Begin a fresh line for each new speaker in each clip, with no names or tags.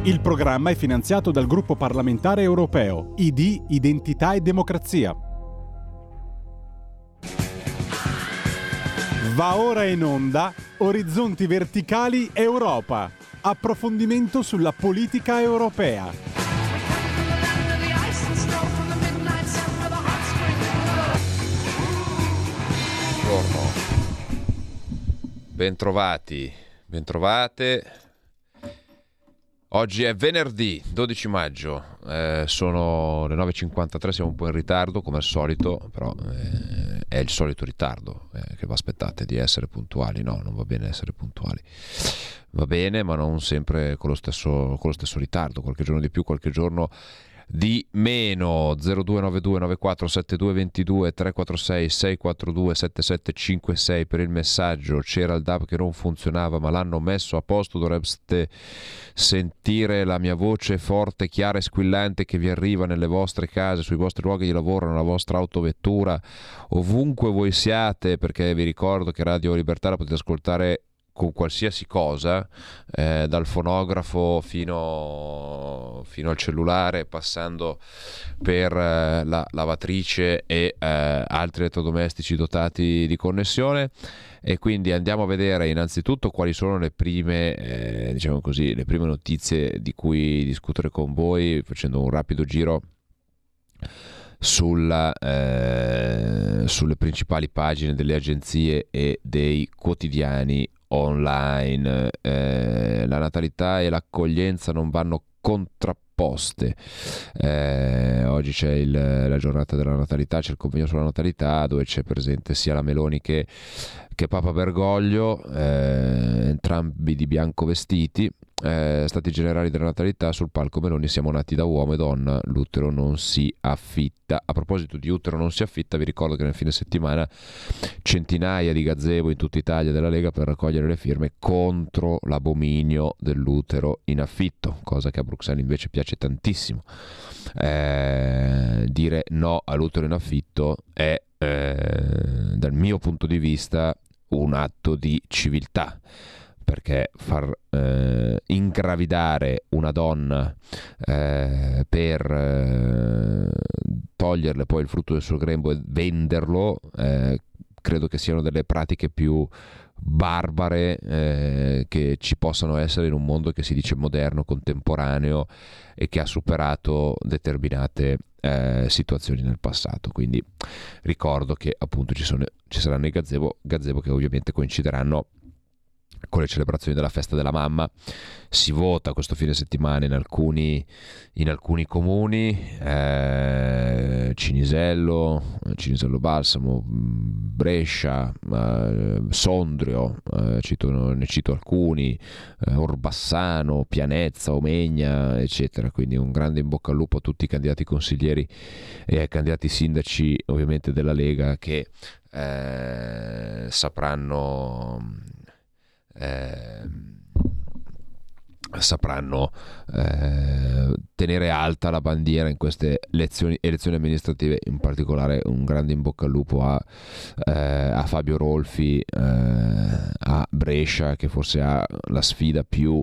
Il programma è finanziato dal gruppo parlamentare europeo ID Identità e Democrazia. Va ora in onda Orizzonti Verticali Europa. Approfondimento sulla politica europea.
Buongiorno. Bentrovati, bentrovate. Oggi è venerdì 12 maggio, sono le 9.53, siamo un po' in ritardo come al solito, però è il solito ritardo che vi aspettate di essere puntuali. No, non va bene essere puntuali, va bene, ma non sempre con lo stesso ritardo, qualche giorno di più, qualche giorno di meno. 0292 947222 346 642 7756 per il messaggio. C'era il DAB che non funzionava ma l'hanno messo a posto, dovreste sentire la mia voce forte, chiara e squillante che vi arriva nelle vostre case, sui vostri luoghi di lavoro, nella vostra autovettura, ovunque voi siate, perché vi ricordo che Radio Libertà la potete ascoltare con qualsiasi cosa, dal fonografo fino al cellulare, passando per la lavatrice e altri elettrodomestici dotati di connessione. E quindi andiamo a vedere innanzitutto quali sono le prime, diciamo così, le prime notizie di cui discutere con voi, facendo un rapido giro sulle principali pagine delle agenzie e dei quotidiani online. La natalità e l'accoglienza non vanno contrapposte. Oggi c'è la giornata della natalità, c'è il convegno sulla natalità dove c'è presente sia la Meloni che Papa Bergoglio, entrambi di bianco vestiti. Stati generali della natalità, sul palco Meloni: siamo nati da uomo e donna, l'utero non si affitta. A proposito di utero non si affitta, vi ricordo che nel fine settimana centinaia di gazebo in tutta Italia della Lega per raccogliere le firme contro l'abominio dell'utero in affitto, cosa che a Bruxelles invece piace tantissimo. Dire no all'utero in affitto è dal mio punto di vista un atto di civiltà, perché far ingravidare una donna per toglierle poi il frutto del suo grembo e venderlo, credo che siano delle pratiche più barbare che ci possano essere in un mondo che si dice moderno, contemporaneo e che ha superato determinate situazioni nel passato. Quindi ricordo che appunto ci saranno i gazebo che ovviamente coincideranno con le celebrazioni della festa della mamma. Si vota questo fine settimana in alcuni comuni, Cinisello Balsamo, Brescia, Sondrio, ne cito alcuni, Orbassano, Pianezza, Omegna, eccetera. Quindi un grande in bocca al lupo a tutti i candidati consiglieri e ai candidati sindaci ovviamente della Lega, che sapranno tenere alta la bandiera in queste elezioni amministrative. In particolare un grande in bocca al lupo a Fabio Rolfi a Brescia, che forse ha la sfida più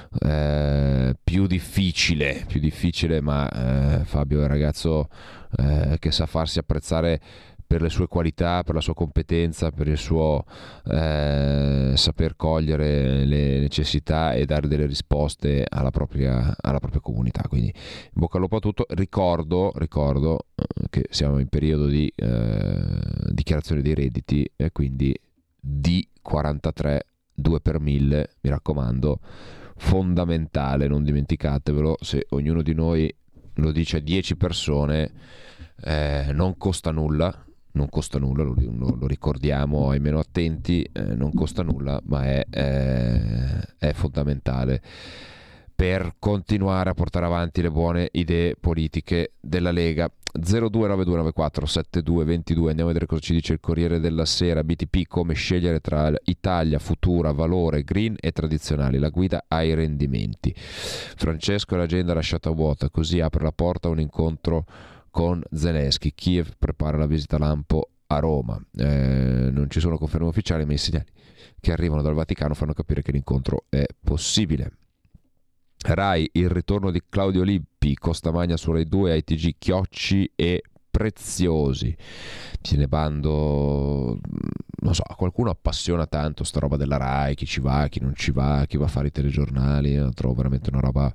difficile, ma Fabio è un ragazzo che sa farsi apprezzare per le sue qualità, per la sua competenza, per il suo saper cogliere le necessità e dare delle risposte alla propria comunità. Quindi in bocca al lupo a tutto. Ricordo che siamo in periodo di dichiarazione dei redditi, e quindi D43, 2 per 1000, mi raccomando, fondamentale, non dimenticatevelo. Se ognuno di noi lo dice a 10 persone, non costa nulla, lo ricordiamo ai meno attenti, non costa nulla, ma è fondamentale per continuare a portare avanti le buone idee politiche della Lega. 0292947222. Andiamo a vedere cosa ci dice il Corriere della Sera. BTP: come scegliere tra Italia futura, valore, green e tradizionali, la guida ai rendimenti. Francesco: l'agenda lasciata vuota, così apre la porta a un incontro con Zelensky. Kiev prepara la visita lampo a Roma. Non ci sono conferme ufficiali, ma i segnali che arrivano dal Vaticano fanno capire che l'incontro è possibile. Rai, il ritorno di Claudio Lippi, Costa Magna su Rai 2, ITG, Chiocci e Preziosi. Bando, non so, a qualcuno appassiona tanto sta roba della Rai, chi ci va, chi non ci va, chi va a fare i telegiornali. Io trovo veramente una roba,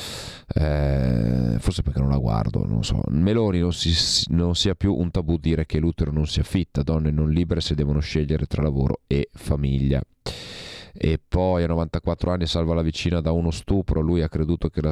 forse perché non la guardo, non so. Meloni non sia più un tabù dire che l'utero non si affitta, donne non libere se devono scegliere tra lavoro e famiglia. E poi a 94 anni salva la vicina da uno stupro. Lui ha creduto che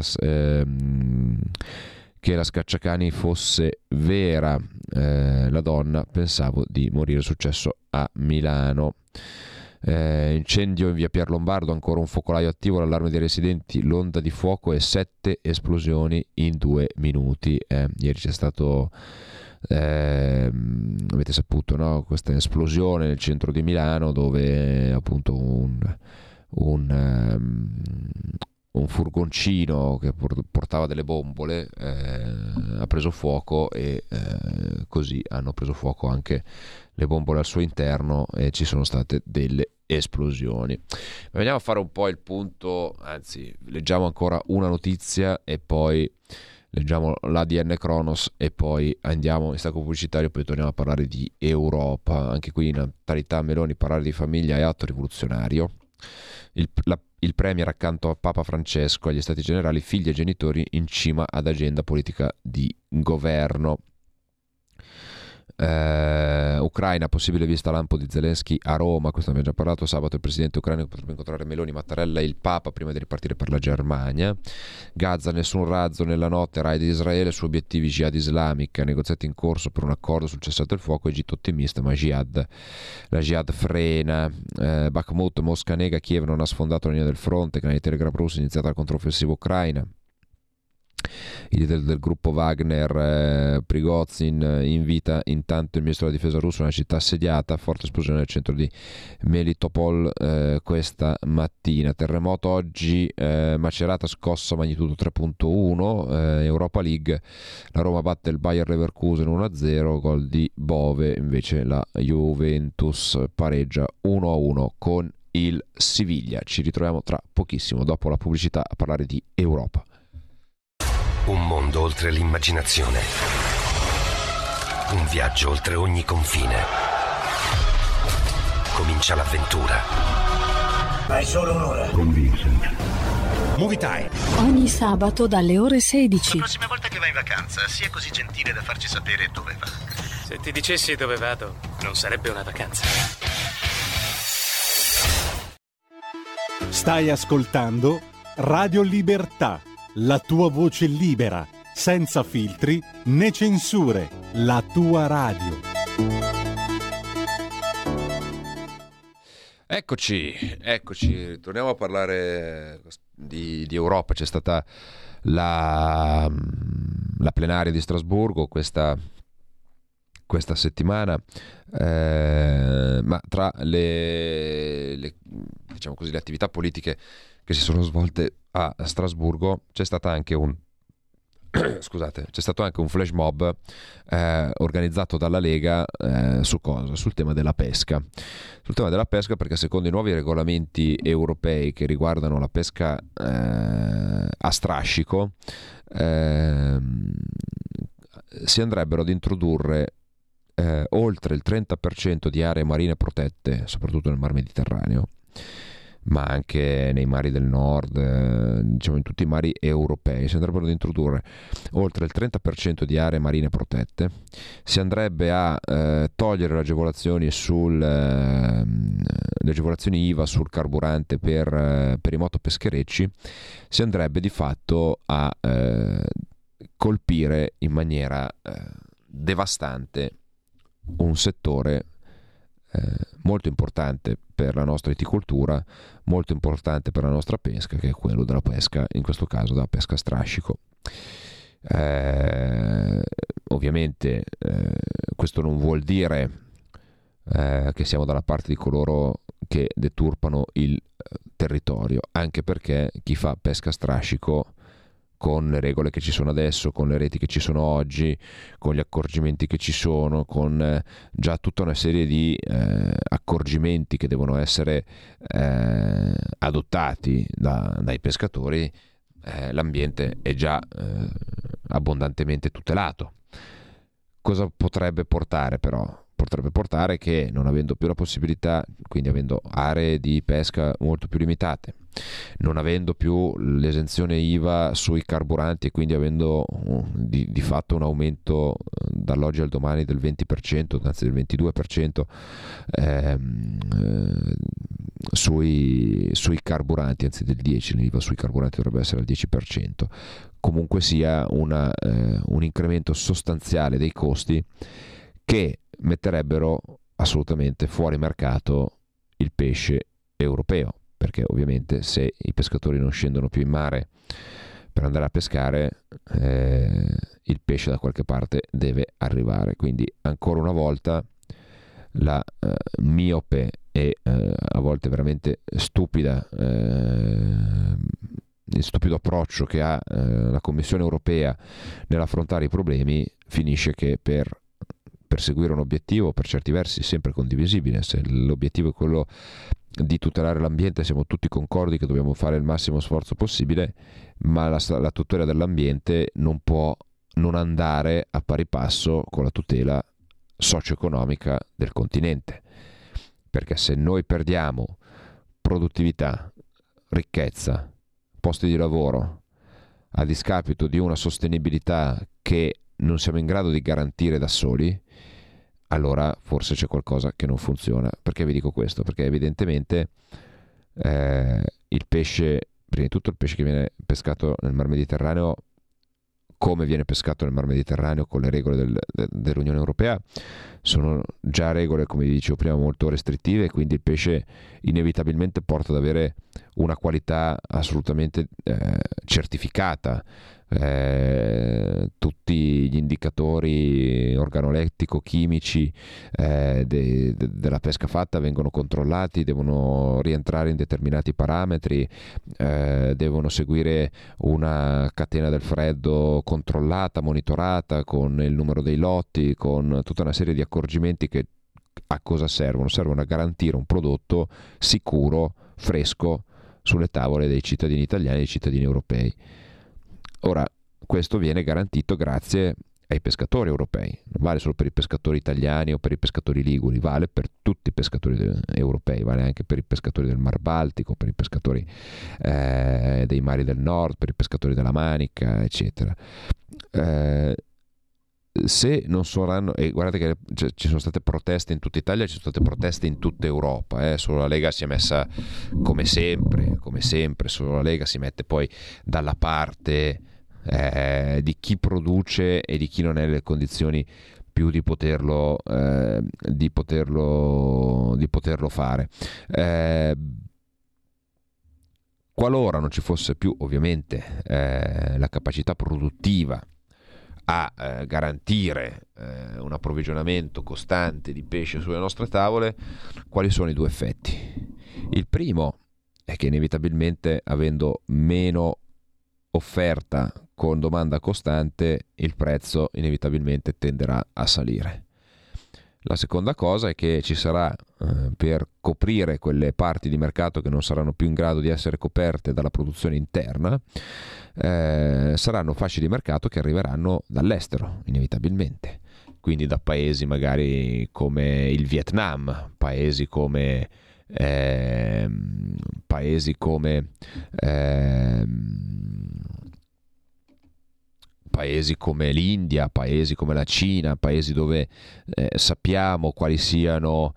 la Scacciacani fosse vera. La donna, pensavo di morire. Successo a Milano. Incendio in via Pier Lombardo, ancora un focolaio attivo, l'allarme dei residenti, l'onda di fuoco e 7 esplosioni in 2 minuti. Ieri c'è stato, avete saputo, no? Questa esplosione nel centro di Milano, dove appunto un furgoncino che portava delle bombole ha preso fuoco, e così hanno preso fuoco anche le bombole al suo interno e ci sono state delle esplosioni. Ma veniamo a fare un po' il punto, anzi leggiamo ancora una notizia e poi leggiamo l'ADN Cronos e poi andiamo in stacco pubblicitario, poi torniamo a parlare di Europa. Anche qui in natalità Meloni, parlare di famiglia è atto rivoluzionario. Il premier accanto a Papa Francesco agli Stati Generali, figli e genitori in cima ad agenda politica di governo. Ucraina, possibile vista lampo di Zelensky a Roma, questo abbiamo già parlato. Sabato il presidente ucraino potrebbe incontrare Meloni, Mattarella e il Papa prima di ripartire per la Germania. Gaza, nessun razzo nella notte, raid di Israele su obiettivi jihad islamica, negoziati in corso per un accordo sul cessate il fuoco, Egitto ottimista ma la jihad frena. Bakhmut, Mosca nega, Kiev non ha sfondato la linea del fronte, canale Telegram russo, iniziata la controffensiva ucraina. Il leader del gruppo Wagner, Prigozhin, invita intanto il ministro della difesa russo nella città assediata. Forte esplosione nel centro di Melitopol questa mattina. Terremoto oggi, Macerata scossa magnitudo 3.1. Europa League, la Roma batte il Bayer Leverkusen 1-0, gol di Bove. Invece la Juventus pareggia 1-1 con il Siviglia. Ci ritroviamo tra pochissimo, dopo la pubblicità, a parlare di Europa.
Un mondo oltre l'immaginazione. Un viaggio oltre ogni confine. Comincia l'avventura.
Hai solo un'ora.
Con Vincent.
Movie Time.
Ogni sabato dalle ore 16.
La prossima volta che vai in vacanza, sia così gentile da farci sapere dove va.
Se ti dicessi dove vado, non sarebbe una vacanza.
Stai ascoltando Radio Libertà, la tua voce libera, senza filtri né censure, la tua radio.
Eccoci, torniamo a parlare di Europa. C'è stata la plenaria di Strasburgo questa settimana, ma tra le diciamo così, le attività politiche che si sono svolte a Strasburgo c'è stato anche un flash mob organizzato dalla Lega su cosa? Sul tema della pesca. Sul tema della pesca, perché secondo i nuovi regolamenti europei che riguardano la pesca a strascico, si andrebbero ad introdurre oltre il 30% di aree marine protette, soprattutto nel Mar Mediterraneo, ma anche nei mari del nord, diciamo in tutti i mari europei, si andrebbero ad introdurre oltre il 30% di aree marine protette. Si andrebbe a togliere le agevolazioni IVA sul carburante per i motopescherecci. Si andrebbe di fatto a colpire in maniera devastante un settore molto importante per la nostra iticoltura, molto importante per la nostra pesca, che è quello della pesca, in questo caso della pesca a strascico. Ovviamente questo non vuol dire che siamo dalla parte di coloro che deturpano il territorio, anche perché chi fa pesca a strascico, con le regole che ci sono adesso, con le reti che ci sono oggi, con gli accorgimenti che ci sono, con già tutta una serie di accorgimenti che devono essere adottati dai pescatori, l'ambiente è già abbondantemente tutelato. Cosa potrebbe portare però? Potrebbe portare che, non avendo più la possibilità, quindi avendo aree di pesca molto più limitate, non avendo più l'esenzione IVA sui carburanti e quindi avendo di fatto un aumento dall'oggi al domani del 20%, anzi del 22% sui carburanti, anzi del 10%, l'IVA sui carburanti dovrebbe essere al 10%, comunque sia un incremento sostanziale dei costi che metterebbero assolutamente fuori mercato il pesce europeo, perché ovviamente se i pescatori non scendono più in mare per andare a pescare, il pesce da qualche parte deve arrivare. Quindi ancora una volta la miope e a volte veramente stupido approccio che ha la Commissione europea nell'affrontare i problemi finisce che per perseguire un obiettivo per certi versi sempre condivisibile, se l'obiettivo è quello di tutelare l'ambiente, siamo tutti concordi che dobbiamo fare il massimo sforzo possibile, ma la tutela dell'ambiente non può non andare a pari passo con la tutela socio-economica del continente, perché se noi perdiamo produttività, ricchezza, posti di lavoro a discapito di una sostenibilità che non siamo in grado di garantire da soli, allora forse c'è qualcosa che non funziona. Perché vi dico questo? Perché evidentemente il pesce, prima di tutto il pesce che viene pescato nel Mar Mediterraneo, come viene pescato nel Mar Mediterraneo con le regole dell'Unione Europea, sono già regole, come vi dicevo prima, molto restrittive, quindi il pesce inevitabilmente porta ad avere una qualità assolutamente certificata. Tutti gli indicatori organolettico-chimici della pesca fatta vengono controllati, devono rientrare in determinati parametri, devono seguire una catena del freddo controllata, monitorata, con il numero dei lotti, con tutta una serie di accorgimenti che a cosa servono? Servono a garantire un prodotto sicuro, fresco, sulle tavole dei cittadini italiani e dei cittadini europei. Ora, questo viene garantito grazie ai pescatori europei, non vale solo per i pescatori italiani o per i pescatori liguri, vale per tutti i pescatori europei, vale anche per i pescatori del Mar Baltico, per i pescatori dei mari del nord, per i pescatori della Manica, eccetera. Se non saranno, e guardate che ci sono state proteste in tutta Italia, ci sono state proteste in tutta Europa, solo la Lega si è messa come sempre, solo la Lega si mette poi dalla parte di chi produce e di chi non è nelle condizioni più di poterlo fare. Qualora non ci fosse più ovviamente la capacità produttiva a garantire un approvvigionamento costante di pesce sulle nostre tavole, quali sono i due effetti? Il primo è che inevitabilmente, avendo meno offerta con domanda costante, il prezzo inevitabilmente tenderà a salire. La seconda cosa è che ci sarà, per coprire quelle parti di mercato che non saranno più in grado di essere coperte dalla produzione interna, saranno fasce di mercato che arriveranno dall'estero, inevitabilmente. Quindi da paesi magari come il Vietnam, paesi come l'India, paesi come la Cina, paesi dove sappiamo quali siano,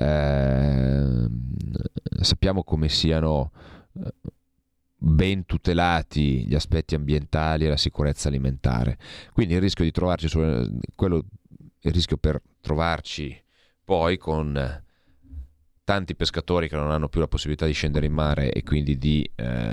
sappiamo come siano ben tutelati gli aspetti ambientali e la sicurezza alimentare. Quindi il rischio di trovarci il rischio per trovarci poi con tanti pescatori che non hanno più la possibilità di scendere in mare e quindi di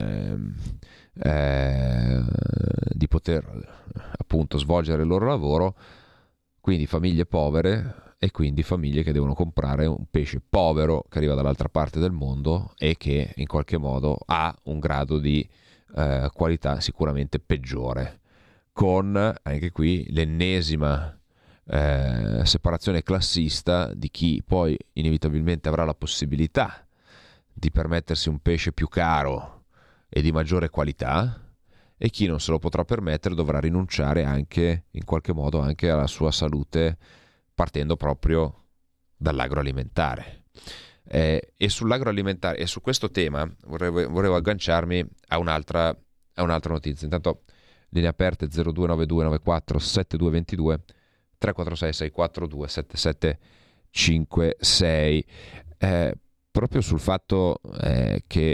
poter appunto svolgere il loro lavoro, quindi famiglie povere e quindi famiglie che devono comprare un pesce povero che arriva dall'altra parte del mondo e che in qualche modo ha un grado di qualità sicuramente peggiore, con anche qui l'ennesima separazione classista di chi poi inevitabilmente avrà la possibilità di permettersi un pesce più caro e di maggiore qualità, e chi non se lo potrà permettere dovrà rinunciare anche in qualche modo anche alla sua salute, partendo proprio dall'agroalimentare. E sull'agroalimentare e su questo tema volevo agganciarmi a un'altra notizia. Intanto linee aperte 0292 94 7222 346 642 7756. Proprio sul fatto che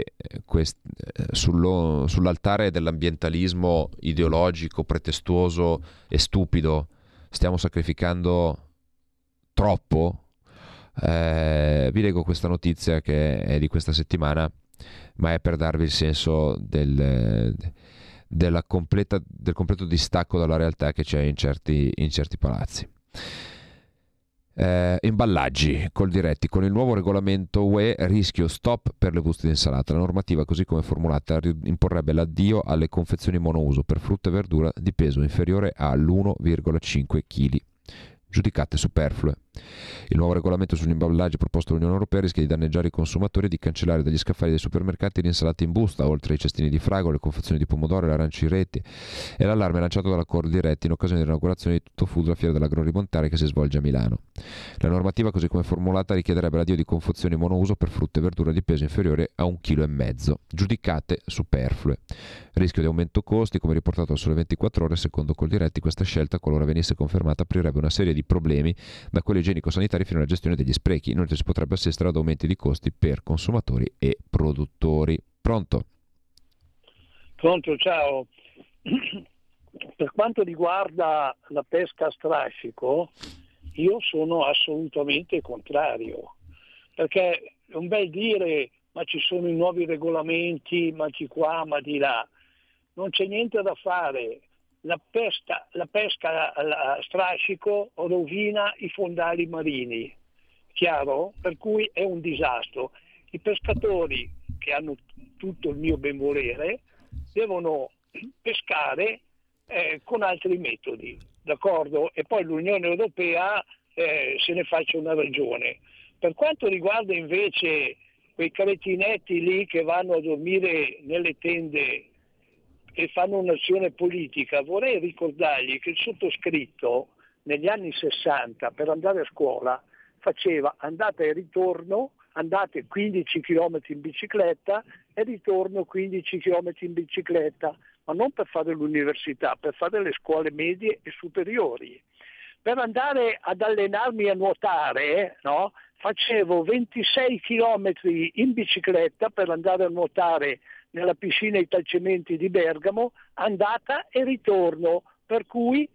sull'altare dell'ambientalismo ideologico, pretestuoso e stupido stiamo sacrificando troppo. Vi leggo questa notizia che è di questa settimana, ma è per darvi il senso del completo distacco dalla realtà che c'è in certi palazzi. Imballaggi Coldiretti: con il nuovo regolamento UE rischio stop per le buste di insalata. La normativa così come formulata imporrebbe l'addio alle confezioni monouso per frutta e verdura di peso inferiore all'1,5 kg giudicate superflue. Il nuovo regolamento sugli imballaggi proposto dall'Unione Europea rischia di danneggiare i consumatori e di cancellare dagli scaffali dei supermercati le insalate in busta, oltre ai cestini di fragola, le confezioni di pomodoro e l'arancia in rete. È l'allarme lanciato dalla Coldiretti in occasione dell'inaugurazione di Tutto Food, la fiera dell'agroalimentare che si svolge a Milano. La normativa così come formulata richiederebbe l'addio di confezioni monouso per frutta e verdura di peso inferiore a 1,5 kg, giudicate superflue. Rischio di aumento costi, come riportato al Sole 24 Ore, secondo Coldiretti questa scelta, qualora venisse confermata, aprirebbe una serie di problemi da quelli igienico-sanitari fino alla gestione degli sprechi. Inoltre si potrebbe assistere ad aumenti di costi per consumatori e produttori. Pronto,
ciao. Per quanto riguarda la pesca a strascico, io sono assolutamente contrario, perché è un bel dire ma ci sono i nuovi regolamenti, ma di qua, ma di là. Non c'è niente da fare. La pesca a strascico rovina i fondali marini, chiaro? Per cui è un disastro. I pescatori, che hanno tutto il mio benvolere, devono pescare con altri metodi, d'accordo? E poi l'Unione Europea se ne faccia una ragione. Per quanto riguarda invece quei cretinetti lì che vanno a dormire nelle tende e fanno un'azione politica, vorrei ricordargli che il sottoscritto negli anni 60 per andare a scuola faceva andata e ritorno, andate 15 km in bicicletta e ritorno 15 km in bicicletta, ma non per fare l'università, per fare le scuole medie e superiori. Per andare ad allenarmi a nuotare, no? Facevo 26 km in bicicletta per andare a nuotare nella piscina Italcementi di Bergamo, andata e ritorno, per cui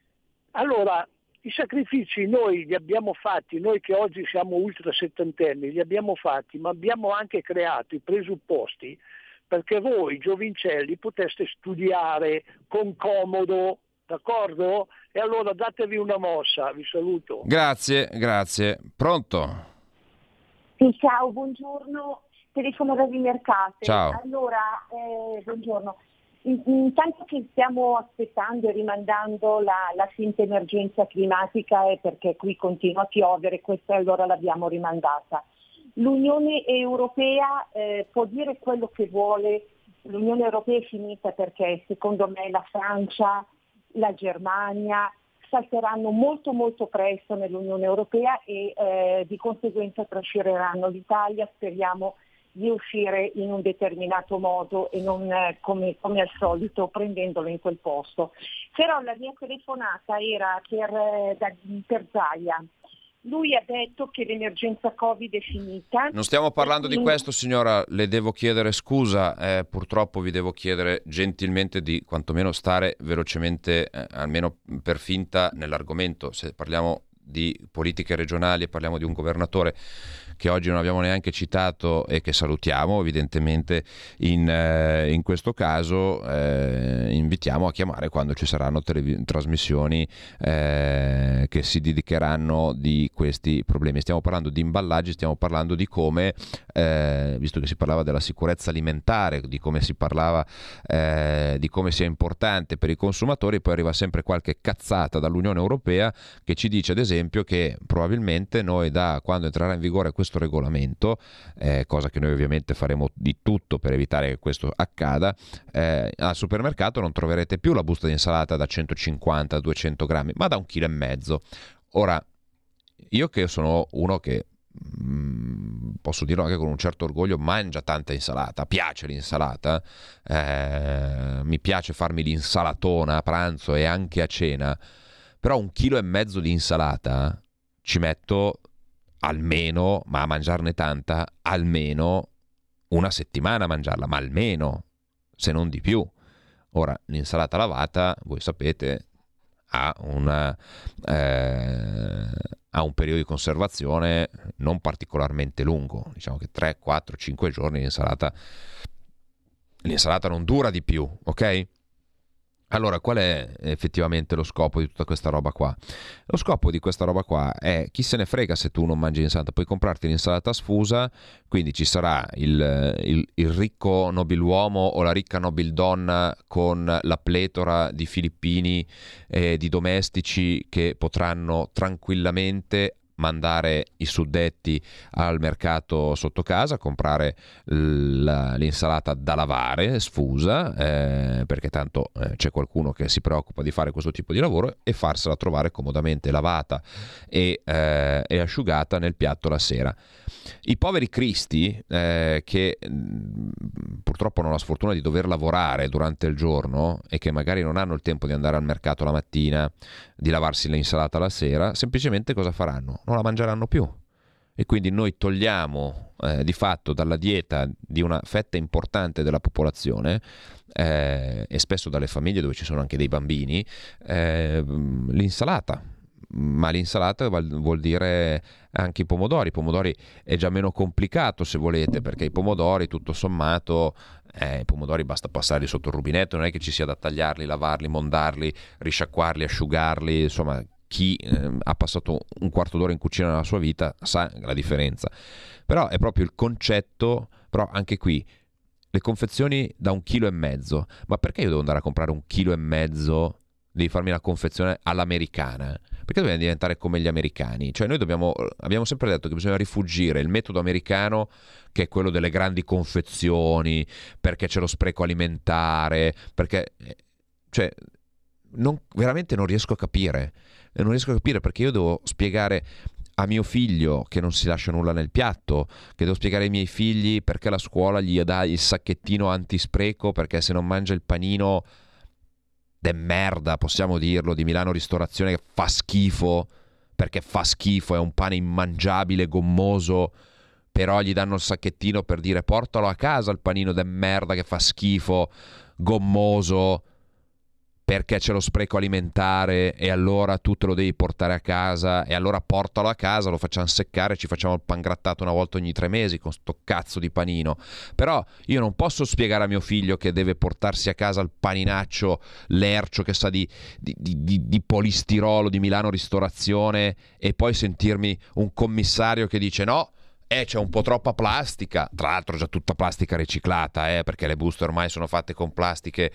allora i sacrifici noi li abbiamo fatti, noi che oggi siamo ultra settantenni, li abbiamo fatti, ma abbiamo anche creato i presupposti perché voi giovincelli poteste studiare con comodo, d'accordo? E allora datevi una mossa, vi saluto.
Grazie. Pronto?
Sì, ciao, buongiorno, telefono da Vimercate.
Ciao.
Allora, buongiorno. Intanto che stiamo aspettando e rimandando la finta emergenza climatica perché qui continua a piovere, questa allora l'abbiamo rimandata. L'Unione Europea può dire quello che vuole, l'Unione Europea è finita perché secondo me la Francia, la Germania salteranno molto molto presto nell'Unione Europea e di conseguenza trascineranno l'Italia, speriamo di uscire in un determinato modo e non come al solito prendendolo in quel posto. Però la mia telefonata era per Zaia. Lui ha detto che l'emergenza Covid è finita.
Non stiamo parlando di questo, signora, le devo chiedere scusa, purtroppo vi devo chiedere gentilmente di quantomeno stare velocemente, almeno per finta, nell'argomento. Se parliamo di politiche regionali e parliamo di un governatore che oggi non abbiamo neanche citato e che salutiamo evidentemente in questo caso, invitiamo a chiamare quando ci saranno trasmissioni che si dedicheranno di questi problemi. Stiamo parlando di imballaggi, stiamo parlando di come, visto che si parlava della sicurezza alimentare, di come si parlava di come sia importante per i consumatori, poi arriva sempre qualche cazzata dall'Unione Europea che ci dice ad esempio che probabilmente noi da quando entrerà in vigore questo questo regolamento, cosa che noi ovviamente faremo di tutto per evitare che questo accada, al supermercato non troverete più la busta di insalata da 150-200 grammi, ma da 1,5 kg. Ora, io che sono uno che posso dirlo anche con un certo orgoglio, mangia tanta insalata, piace l'insalata, mi piace farmi l'insalatona a pranzo e anche a cena, però 1,5 kg di insalata ci metto almeno, ma a mangiarne tanta, almeno una settimana a mangiarla, ma almeno, se non di più. Ora, l'insalata lavata, voi sapete, ha un periodo di conservazione non particolarmente lungo, diciamo che 3, 4, 5 giorni l'insalata non dura di più, ok? Allora, qual è effettivamente lo scopo di tutta questa roba qua? Lo scopo di questa roba qua è, chi se ne frega se tu non mangi l'insalata, puoi comprarti l'insalata sfusa, quindi ci sarà il ricco nobiluomo o la ricca nobildonna con la pletora di filippini e di domestici che potranno tranquillamente mandare i suddetti al mercato sotto casa, comprare l'insalata da lavare sfusa, perché tanto c'è qualcuno che si preoccupa di fare questo tipo di lavoro, e farsela trovare comodamente lavata e asciugata nel piatto la sera. I poveri cristi che purtroppo hanno la sfortuna di dover lavorare durante il giorno e che magari non hanno il tempo di andare al mercato la mattina, di lavarsi l'insalata la sera, semplicemente cosa faranno? Non la mangeranno più. E quindi noi togliamo di fatto dalla dieta di una fetta importante della popolazione, e spesso dalle famiglie dove ci sono anche dei bambini, l'insalata. Ma l'insalata vuol dire anche i pomodori. I pomodori è già meno complicato, se volete, perché i pomodori, tutto sommato, i pomodori basta passarli sotto il rubinetto, non è che ci sia da tagliarli, lavarli, mondarli, risciacquarli, asciugarli. Insomma, chi ha passato un quarto d'ora in cucina nella sua vita sa la differenza. Però è proprio il concetto. Però anche qui le confezioni da 1,5 kg, ma perché io devo andare a comprare 1,5 kg? Devi farmi la confezione all'americana? Perché dobbiamo diventare come gli americani? Cioè noi abbiamo sempre detto che bisogna rifuggire il metodo americano, che è quello delle grandi confezioni, perché c'è lo spreco alimentare, perché cioè veramente non riesco a capire. Non riesco a capire perché io devo spiegare a mio figlio che non si lascia nulla nel piatto, che devo spiegare ai miei figli perché la scuola gli dà il sacchettino antispreco, perché se non mangia il panino de merda, possiamo dirlo, di Milano Ristorazione, che fa schifo, perché fa schifo, è un pane immangiabile, gommoso, però gli danno il sacchettino per dire portalo a casa il panino de merda che fa schifo, gommoso, perché c'è lo spreco alimentare e allora tu te lo devi portare a casa, e allora portalo a casa, lo facciamo seccare, ci facciamo il pangrattato una volta ogni 3 mesi con sto cazzo di panino. Però io non posso spiegare a mio figlio che deve portarsi a casa il paninaccio lercio che sa di polistirolo di Milano Ristorazione, e poi sentirmi un commissario che dice no, c'è un po' troppa plastica, tra l'altro già tutta plastica riciclata, perché le buste ormai sono fatte con plastiche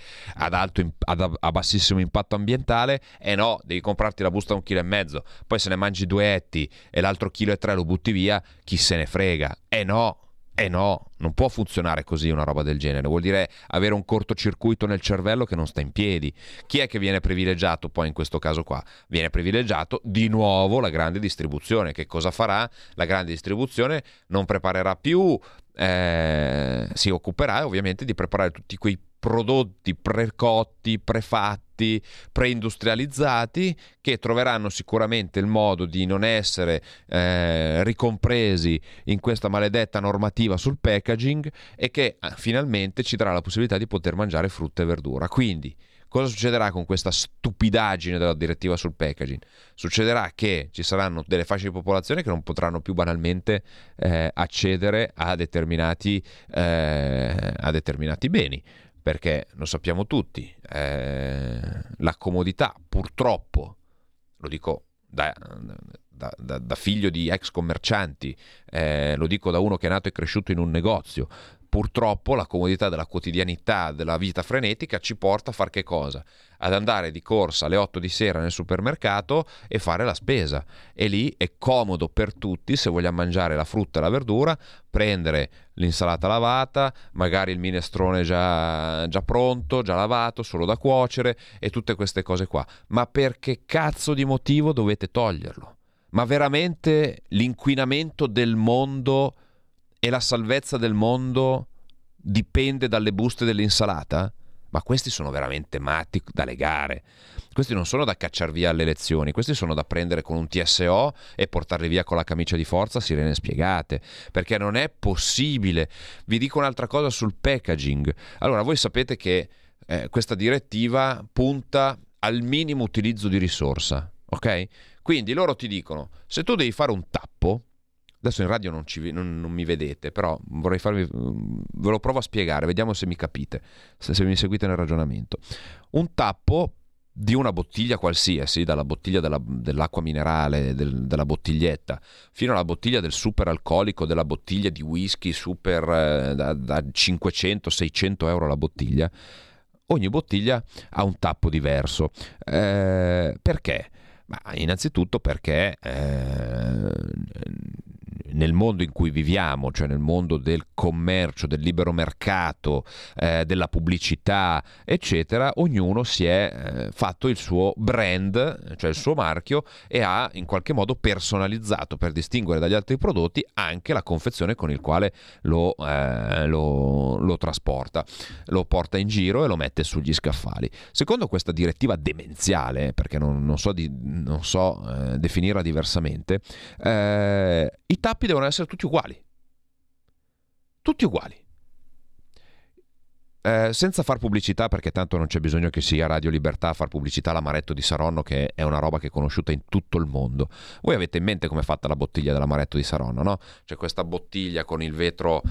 a bassissimo impatto ambientale, e no, devi comprarti la busta 1,5 kg, poi se ne mangi 2 etti e l'altro 1,3 kg lo butti via, chi se ne frega? No, non può funzionare così una roba del genere, vuol dire avere un cortocircuito nel cervello che non sta in piedi. Chi è che viene privilegiato poi in questo caso qua? Viene privilegiato di nuovo la grande distribuzione. Che cosa farà? La grande distribuzione non preparerà più, si occuperà ovviamente di preparare tutti quei prodotti precotti, prefatti, preindustrializzati, che troveranno sicuramente il modo di non essere ricompresi in questa maledetta normativa sul packaging, e che finalmente ci darà la possibilità di poter mangiare frutta e verdura. Quindi cosa succederà con questa stupidaggine della direttiva sul packaging? Succederà che ci saranno delle fasce di popolazione che non potranno più banalmente accedere a determinati beni, perché lo sappiamo tutti, la comodità, purtroppo, lo dico da figlio di ex commercianti, lo dico da uno che è nato e cresciuto in un negozio, purtroppo la comodità della quotidianità, della vita frenetica ci porta a fare che cosa? Ad andare di corsa alle 8 di sera nel supermercato e fare la spesa, e lì è comodo per tutti, se vogliamo mangiare la frutta e la verdura, prendere l'insalata lavata, magari il minestrone già pronto, già lavato, solo da cuocere, e tutte queste cose qua. Ma per che cazzo di motivo dovete toglierlo? Ma veramente l'inquinamento del mondo e la salvezza del mondo dipende dalle buste dell'insalata? Ma questi sono veramente matti da legare. Questi non sono da cacciar via alle elezioni, questi sono da prendere con un TSO e portarli via con la camicia di forza a sirene spiegate, perché non è possibile. Vi dico un'altra cosa sul packaging. Allora, voi sapete che questa direttiva punta al minimo utilizzo di risorsa, ok? Quindi loro ti dicono, se tu devi fare un tappo, adesso in radio non mi vedete, però vorrei ve lo provo a spiegare, vediamo se mi capite, se mi seguite nel ragionamento. Un tappo di una bottiglia qualsiasi, dalla bottiglia dell'acqua minerale, della bottiglietta, fino alla bottiglia del super alcolico, della bottiglia di whisky super da 500-600 euro la bottiglia, ogni bottiglia ha un tappo diverso. Perché? Ma innanzitutto perché nel mondo in cui viviamo, cioè nel mondo del commercio, del libero mercato, della pubblicità, eccetera, ognuno si è fatto il suo brand, cioè il suo marchio, e ha in qualche modo personalizzato, per distinguere dagli altri prodotti, anche la confezione con il quale lo trasporta, lo porta in giro e lo mette sugli scaffali. Secondo questa direttiva demenziale, perché non so definirla diversamente, i tappi devono essere tutti uguali. Tutti uguali. Senza far pubblicità, perché tanto non c'è bisogno che sia Radio Libertà a far pubblicità all'amaretto di Saronno, che è una roba che è conosciuta in tutto il mondo. Voi avete in mente com'è fatta la bottiglia dell'amaretto di Saronno, no? C'è questa bottiglia con il vetro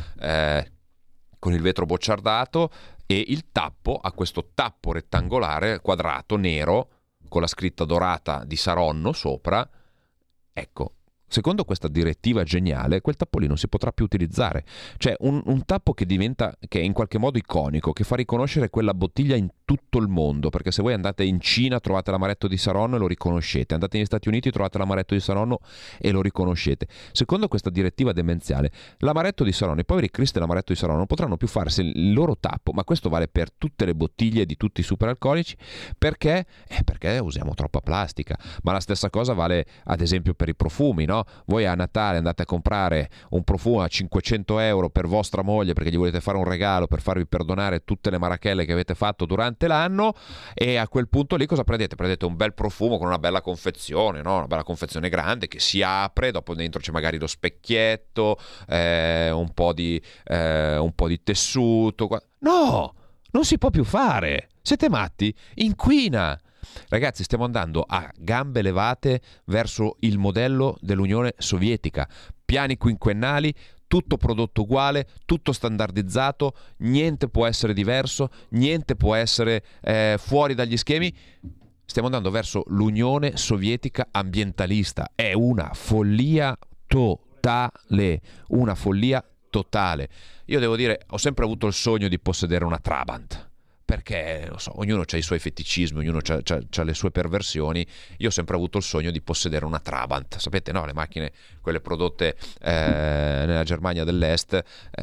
bocciardato, e il tappo ha questo tappo rettangolare quadrato nero con la scritta dorata di Saronno sopra. Ecco, secondo questa direttiva geniale, quel tappo lì non si potrà più utilizzare. Cioè un tappo che è in qualche modo iconico, che fa riconoscere quella bottiglia in tutto il mondo, perché se voi andate in Cina trovate l'amaretto di Saronno e lo riconoscete, andate negli Stati Uniti trovate l'amaretto di Saronno e lo riconoscete. Secondo questa direttiva demenziale, l'amaretto di Saronno, i poveri cristi dell'amaretto di Saronno non potranno più farsi il loro tappo, ma questo vale per tutte le bottiglie di tutti i superalcolici, perché usiamo troppa plastica. Ma la stessa cosa vale ad esempio per i profumi, no? Voi a Natale andate a comprare un profumo a 500 euro per vostra moglie, perché gli volete fare un regalo per farvi perdonare tutte le marachelle che avete fatto durante l'anno, e a quel punto lì cosa prendete? Prendete un bel profumo con una bella confezione, no? Una bella confezione grande che si apre, dopo dentro c'è magari lo specchietto, un po' di tessuto. No, non si può più fare. Siete matti? Inquina. Ragazzi, stiamo andando a gambe levate verso il modello dell'Unione Sovietica. Piani quinquennali, tutto prodotto uguale, tutto standardizzato, niente può essere diverso, niente può essere fuori dagli schemi. Stiamo andando verso l'Unione Sovietica ambientalista. È una follia totale, una follia totale. Io devo dire, ho sempre avuto il sogno di possedere una Trabant, perché non so, ognuno ha i suoi feticismi, ognuno ha le sue perversioni. Io ho sempre avuto il sogno di possedere una Trabant, sapete, no? Le macchine, quelle prodotte nella Germania dell'Est,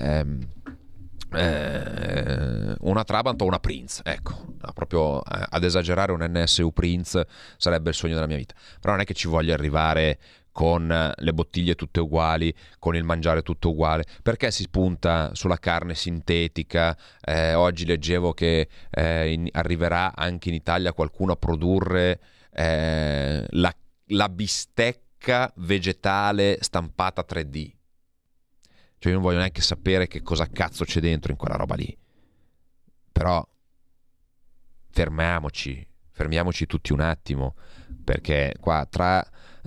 una Trabant o una Prinz, ecco, proprio ad esagerare, un NSU Prinz sarebbe il sogno della mia vita. Però non è che ci voglia arrivare con le bottiglie tutte uguali, con il mangiare tutto uguale. Perché si punta sulla carne sintetica? Oggi leggevo che arriverà anche in Italia qualcuno a produrre la bistecca vegetale stampata 3D. Cioè io non voglio neanche sapere che cosa cazzo c'è dentro in quella roba lì. Però fermiamoci tutti un attimo, perché qua tra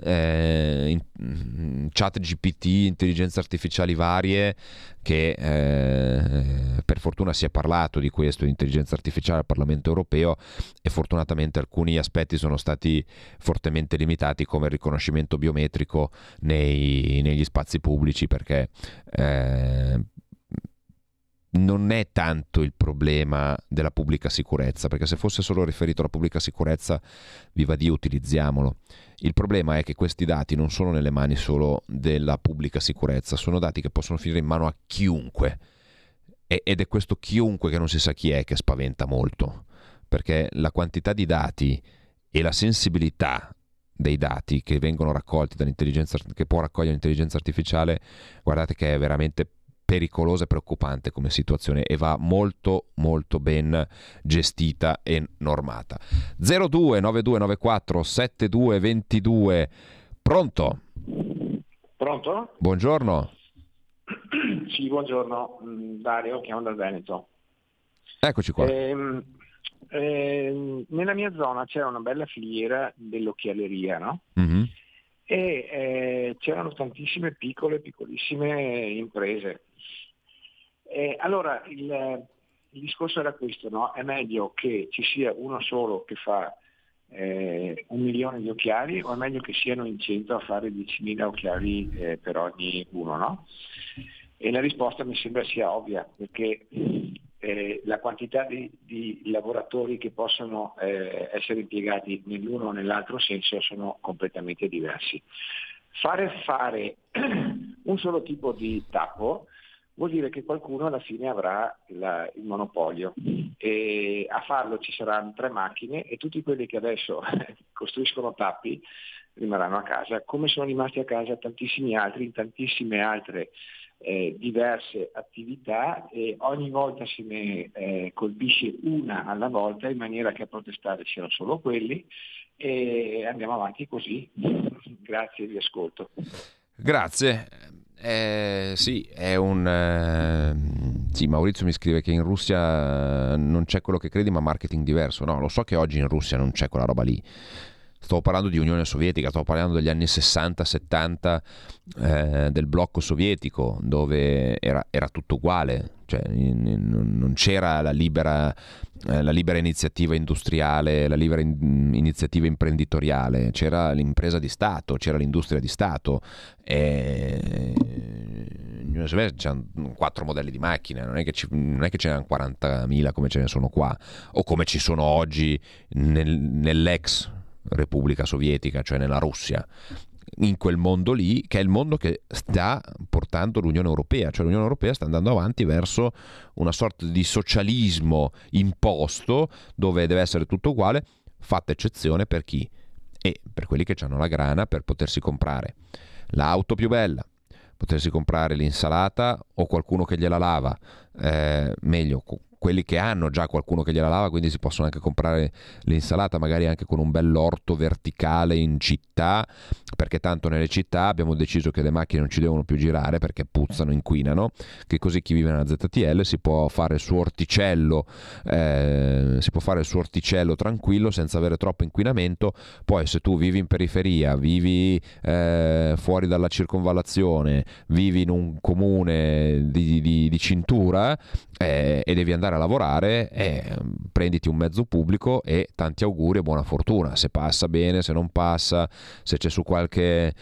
chat GPT, intelligenze artificiali varie, che per fortuna si è parlato di questo, di intelligenza artificiale al Parlamento europeo, e fortunatamente alcuni aspetti sono stati fortemente limitati, come il riconoscimento biometrico negli spazi pubblici, perché non è tanto il problema della pubblica sicurezza, perché se fosse solo riferito alla pubblica sicurezza, viva Dio, utilizziamolo. Il problema è che questi dati non sono nelle mani solo della pubblica sicurezza, sono dati che possono finire in mano a chiunque, ed è questo chiunque che non si sa chi è che spaventa molto, perché la quantità di dati e la sensibilità dei dati che vengono raccolti dall'intelligenza, che può raccogliere l'intelligenza artificiale, guardate che è veramente pericolosa e preoccupante come situazione, e va molto molto ben gestita e normata. 029294 7222. Pronto?
Pronto?
Buongiorno.
Sì, buongiorno, Dario, chiamo dal Veneto.
Eccoci qua.
Nella mia zona c'era una bella filiera dell'occhialeria, no?
Mm-hmm.
E c'erano tantissime piccolissime imprese. Allora il discorso era questo, no? È meglio che ci sia uno solo che fa 1 milione di occhiali, o è meglio che siano in 100 a fare 10.000 occhiali per ogni uno, no? E la risposta mi sembra sia ovvia, perché la quantità di lavoratori che possono essere impiegati nell'uno o nell'altro senso sono completamente diversi. Fare un solo tipo di tappo vuol dire che qualcuno alla fine avrà il monopolio, e a farlo ci saranno 3 macchine, e tutti quelli che adesso costruiscono tappi rimarranno a casa, come sono rimasti a casa tantissimi altri in tantissime altre diverse attività, e ogni volta se ne colpisce una alla volta, in maniera che a protestare siano solo quelli, e andiamo avanti così. Grazie, vi ascolto.
Grazie. Sì, è sì, Maurizio mi scrive che in Russia non c'è quello che credi, ma marketing diverso. No, lo so che oggi in Russia non c'è quella roba lì. Stavo parlando di Unione Sovietica, stavo parlando degli anni 60-70, del blocco sovietico, dove era tutto uguale, cioè non c'era la libera iniziativa industriale, la libera iniziativa imprenditoriale, c'era l'impresa di Stato, c'era l'industria di Stato. In Unione Sovietica c'erano 4 modelli di macchine, non è che c'erano 40.000 come ce ne sono qua, o come ci sono oggi nell'ex Repubblica Sovietica, cioè nella Russia, in quel mondo lì, che è il mondo che sta portando l'Unione Europea. Cioè l'Unione Europea sta andando avanti verso una sorta di socialismo imposto, dove deve essere tutto uguale, fatta eccezione per chi? Per quelli che hanno la grana per potersi comprare l'auto più bella, potersi comprare l'insalata o qualcuno che gliela lava, meglio quelli che hanno già qualcuno che gliela lava, quindi si possono anche comprare l'insalata, magari anche con un bell'orto verticale in città, perché tanto nelle città abbiamo deciso che le macchine non ci devono più girare perché puzzano, inquinano, che così chi vive nella ZTL si può fare il suo orticello, tranquillo, senza avere troppo inquinamento. Poi se tu vivi in periferia, vivi fuori dalla circonvallazione, vivi in un comune di cintura, e devi andare a lavorare, prenditi un mezzo pubblico e tanti auguri e buona fortuna. Se passa bene, se non passa, se c'è su qualche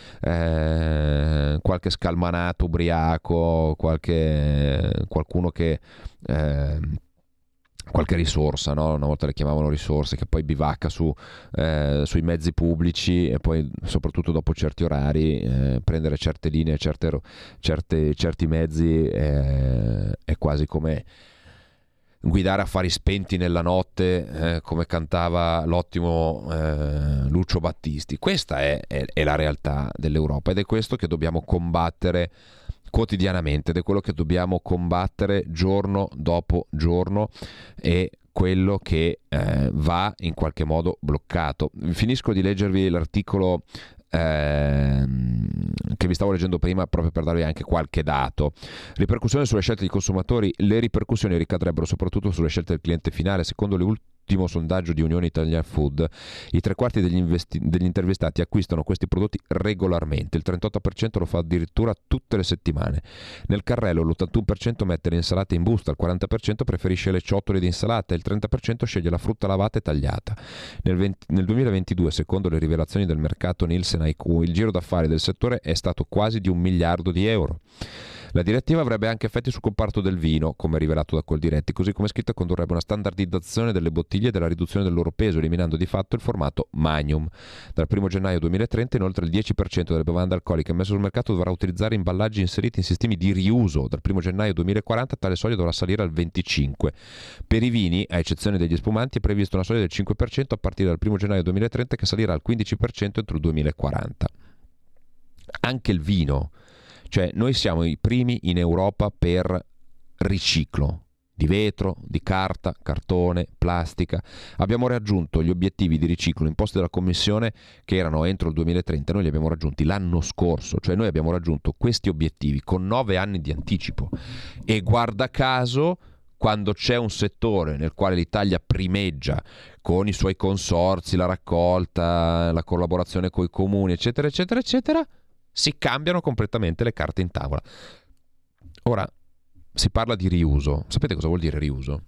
scalmanato ubriaco, qualcuno che qualche risorsa, no? Una volta le chiamavano risorse, che poi bivacca sui mezzi pubblici, e poi soprattutto dopo certi orari prendere certe linee, certi mezzi è quasi come guidare a fari spenti nella notte, come cantava l'ottimo Lucio Battisti. Questa è la realtà dell'Europa, ed è questo che dobbiamo combattere quotidianamente, ed è quello che dobbiamo combattere giorno dopo giorno, e quello che va in qualche modo bloccato. Finisco di leggervi l'articolo che vi stavo leggendo prima, proprio per darvi anche qualche dato. Ripercussioni sulle scelte dei consumatori. Le ripercussioni ricadrebbero soprattutto sulle scelte del cliente finale. Secondo l'ultimo sondaggio di Unione Italia Food, i 3/4 degli intervistati acquistano questi prodotti regolarmente, il 38% lo fa addirittura tutte le settimane. Nel carrello l'81% mette le insalate in busta, il 40% preferisce le ciotole di insalata, il 30% sceglie la frutta lavata e tagliata. Nel 2022, secondo le rivelazioni del mercato Nielsen IQ, il giro d'affari del settore è stato quasi di 1 miliardo di euro. La direttiva avrebbe anche effetti sul comparto del vino, come rivelato da Coldiretti, così come scritto condurrebbe una standardizzazione delle bottiglie e della riduzione del loro peso, eliminando di fatto il formato Magnum. Dal 1 gennaio 2030 inoltre il 10% delle bevande alcoliche messe sul mercato dovrà utilizzare imballaggi inseriti in sistemi di riuso. Dal 1 gennaio 2040 tale soglia dovrà salire al 25%. Per i vini, a eccezione degli spumanti, è prevista una soglia del 5% a partire dal 1 gennaio 2030 che salirà al 15% entro il 2040. Anche il vino, cioè noi siamo i primi in Europa per riciclo di vetro, di carta, cartone, plastica. Abbiamo raggiunto gli obiettivi di riciclo imposti dalla Commissione, che erano entro il 2030, noi li abbiamo raggiunti l'anno scorso, cioè noi abbiamo raggiunto questi obiettivi con 9 anni di anticipo, e guarda caso quando c'è un settore nel quale l'Italia primeggia con i suoi consorzi, la raccolta, la collaborazione con i comuni, eccetera, eccetera, eccetera, si cambiano completamente le carte in tavola. Ora, si parla di riuso. Sapete cosa vuol dire riuso?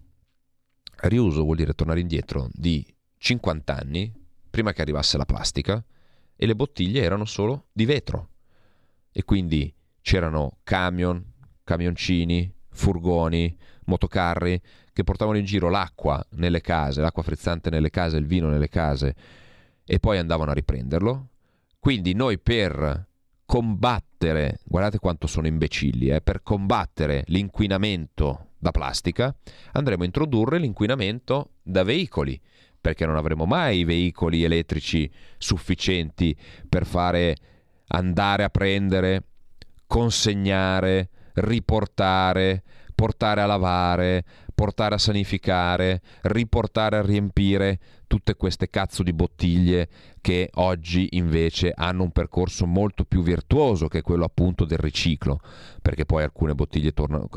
Riuso vuol dire tornare indietro di 50 anni, prima che arrivasse la plastica, e le bottiglie erano solo di vetro. E quindi c'erano camion, camioncini, furgoni, motocarri che portavano in giro l'acqua nelle case, l'acqua frizzante nelle case, il vino nelle case, e poi andavano a riprenderlo. Quindi noi per combattere, guardate quanto sono imbecilli, per combattere l'inquinamento da plastica andremo a introdurre l'inquinamento da veicoli, perché non avremo mai veicoli elettrici sufficienti per fare andare a prendere, consegnare, riportare, portare a lavare, portare a sanificare, riportare a riempire tutte queste cazzo di bottiglie che oggi invece hanno un percorso molto più virtuoso, che è quello appunto del riciclo, perché poi alcune bottiglie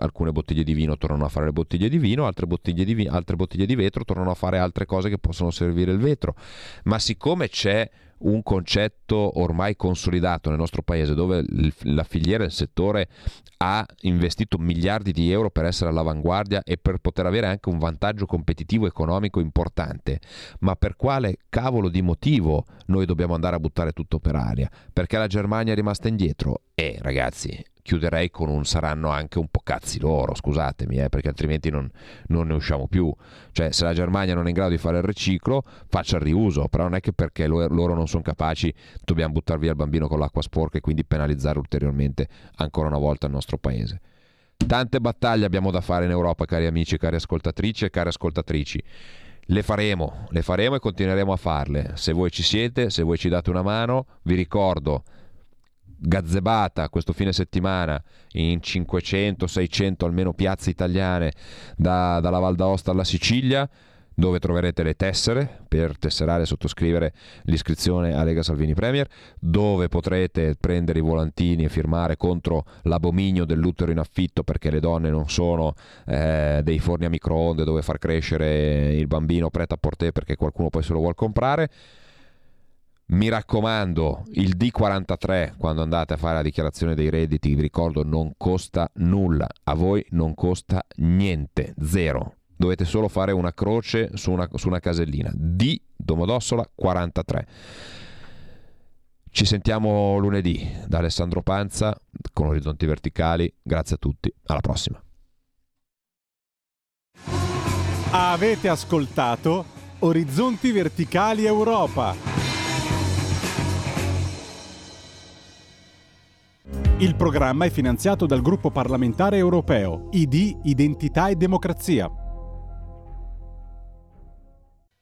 di vino tornano a fare le bottiglie di vino, altre bottiglie di vetro tornano a fare altre cose che possono servire il vetro. Ma siccome c'è un concetto ormai consolidato nel nostro paese, dove la filiera, il settore ha investito miliardi di euro per essere all'avanguardia e per poter avere anche un vantaggio competitivo economico importante, ma per quale cavolo di motivo noi dobbiamo andare a buttare tutto per aria? Perché la Germania è rimasta indietro? Ragazzi, chiuderei con un saranno anche un po' cazzi loro, scusatemi, perché altrimenti non ne usciamo più. Cioè, se la Germania non è in grado di fare il riciclo, faccia il riuso, però non è che perché loro non sono capaci dobbiamo buttare via il bambino con l'acqua sporca e quindi penalizzare ulteriormente ancora una volta il nostro paese. Tante battaglie abbiamo da fare in Europa, cari amici, cari ascoltatrici e cari ascoltatrici. Le faremo e continueremo a farle. Se voi ci siete, se voi ci date una mano, vi ricordo gazzebata questo fine settimana in 500-600 almeno piazze italiane, dalla Val d'Aosta alla Sicilia, dove troverete le tessere per tesserare e sottoscrivere l'iscrizione a Lega Salvini Premier, dove potrete prendere i volantini e firmare contro l'abominio dell'utero in affitto, perché le donne non sono dei forni a microonde dove far crescere il bambino prêt-à-porter perché qualcuno poi se lo vuol comprare. Mi raccomando, il D43 quando andate a fare la dichiarazione dei redditi, vi ricordo, non costa nulla, a voi non costa niente, zero. Dovete solo fare una croce su una casellina. D Domodossola 43. Ci sentiamo lunedì da Alessandro Panza con Orizzonti Verticali. Grazie a tutti, alla prossima.
Avete ascoltato Orizzonti Verticali Europa. Il programma è finanziato dal gruppo parlamentare europeo ID Identità e Democrazia.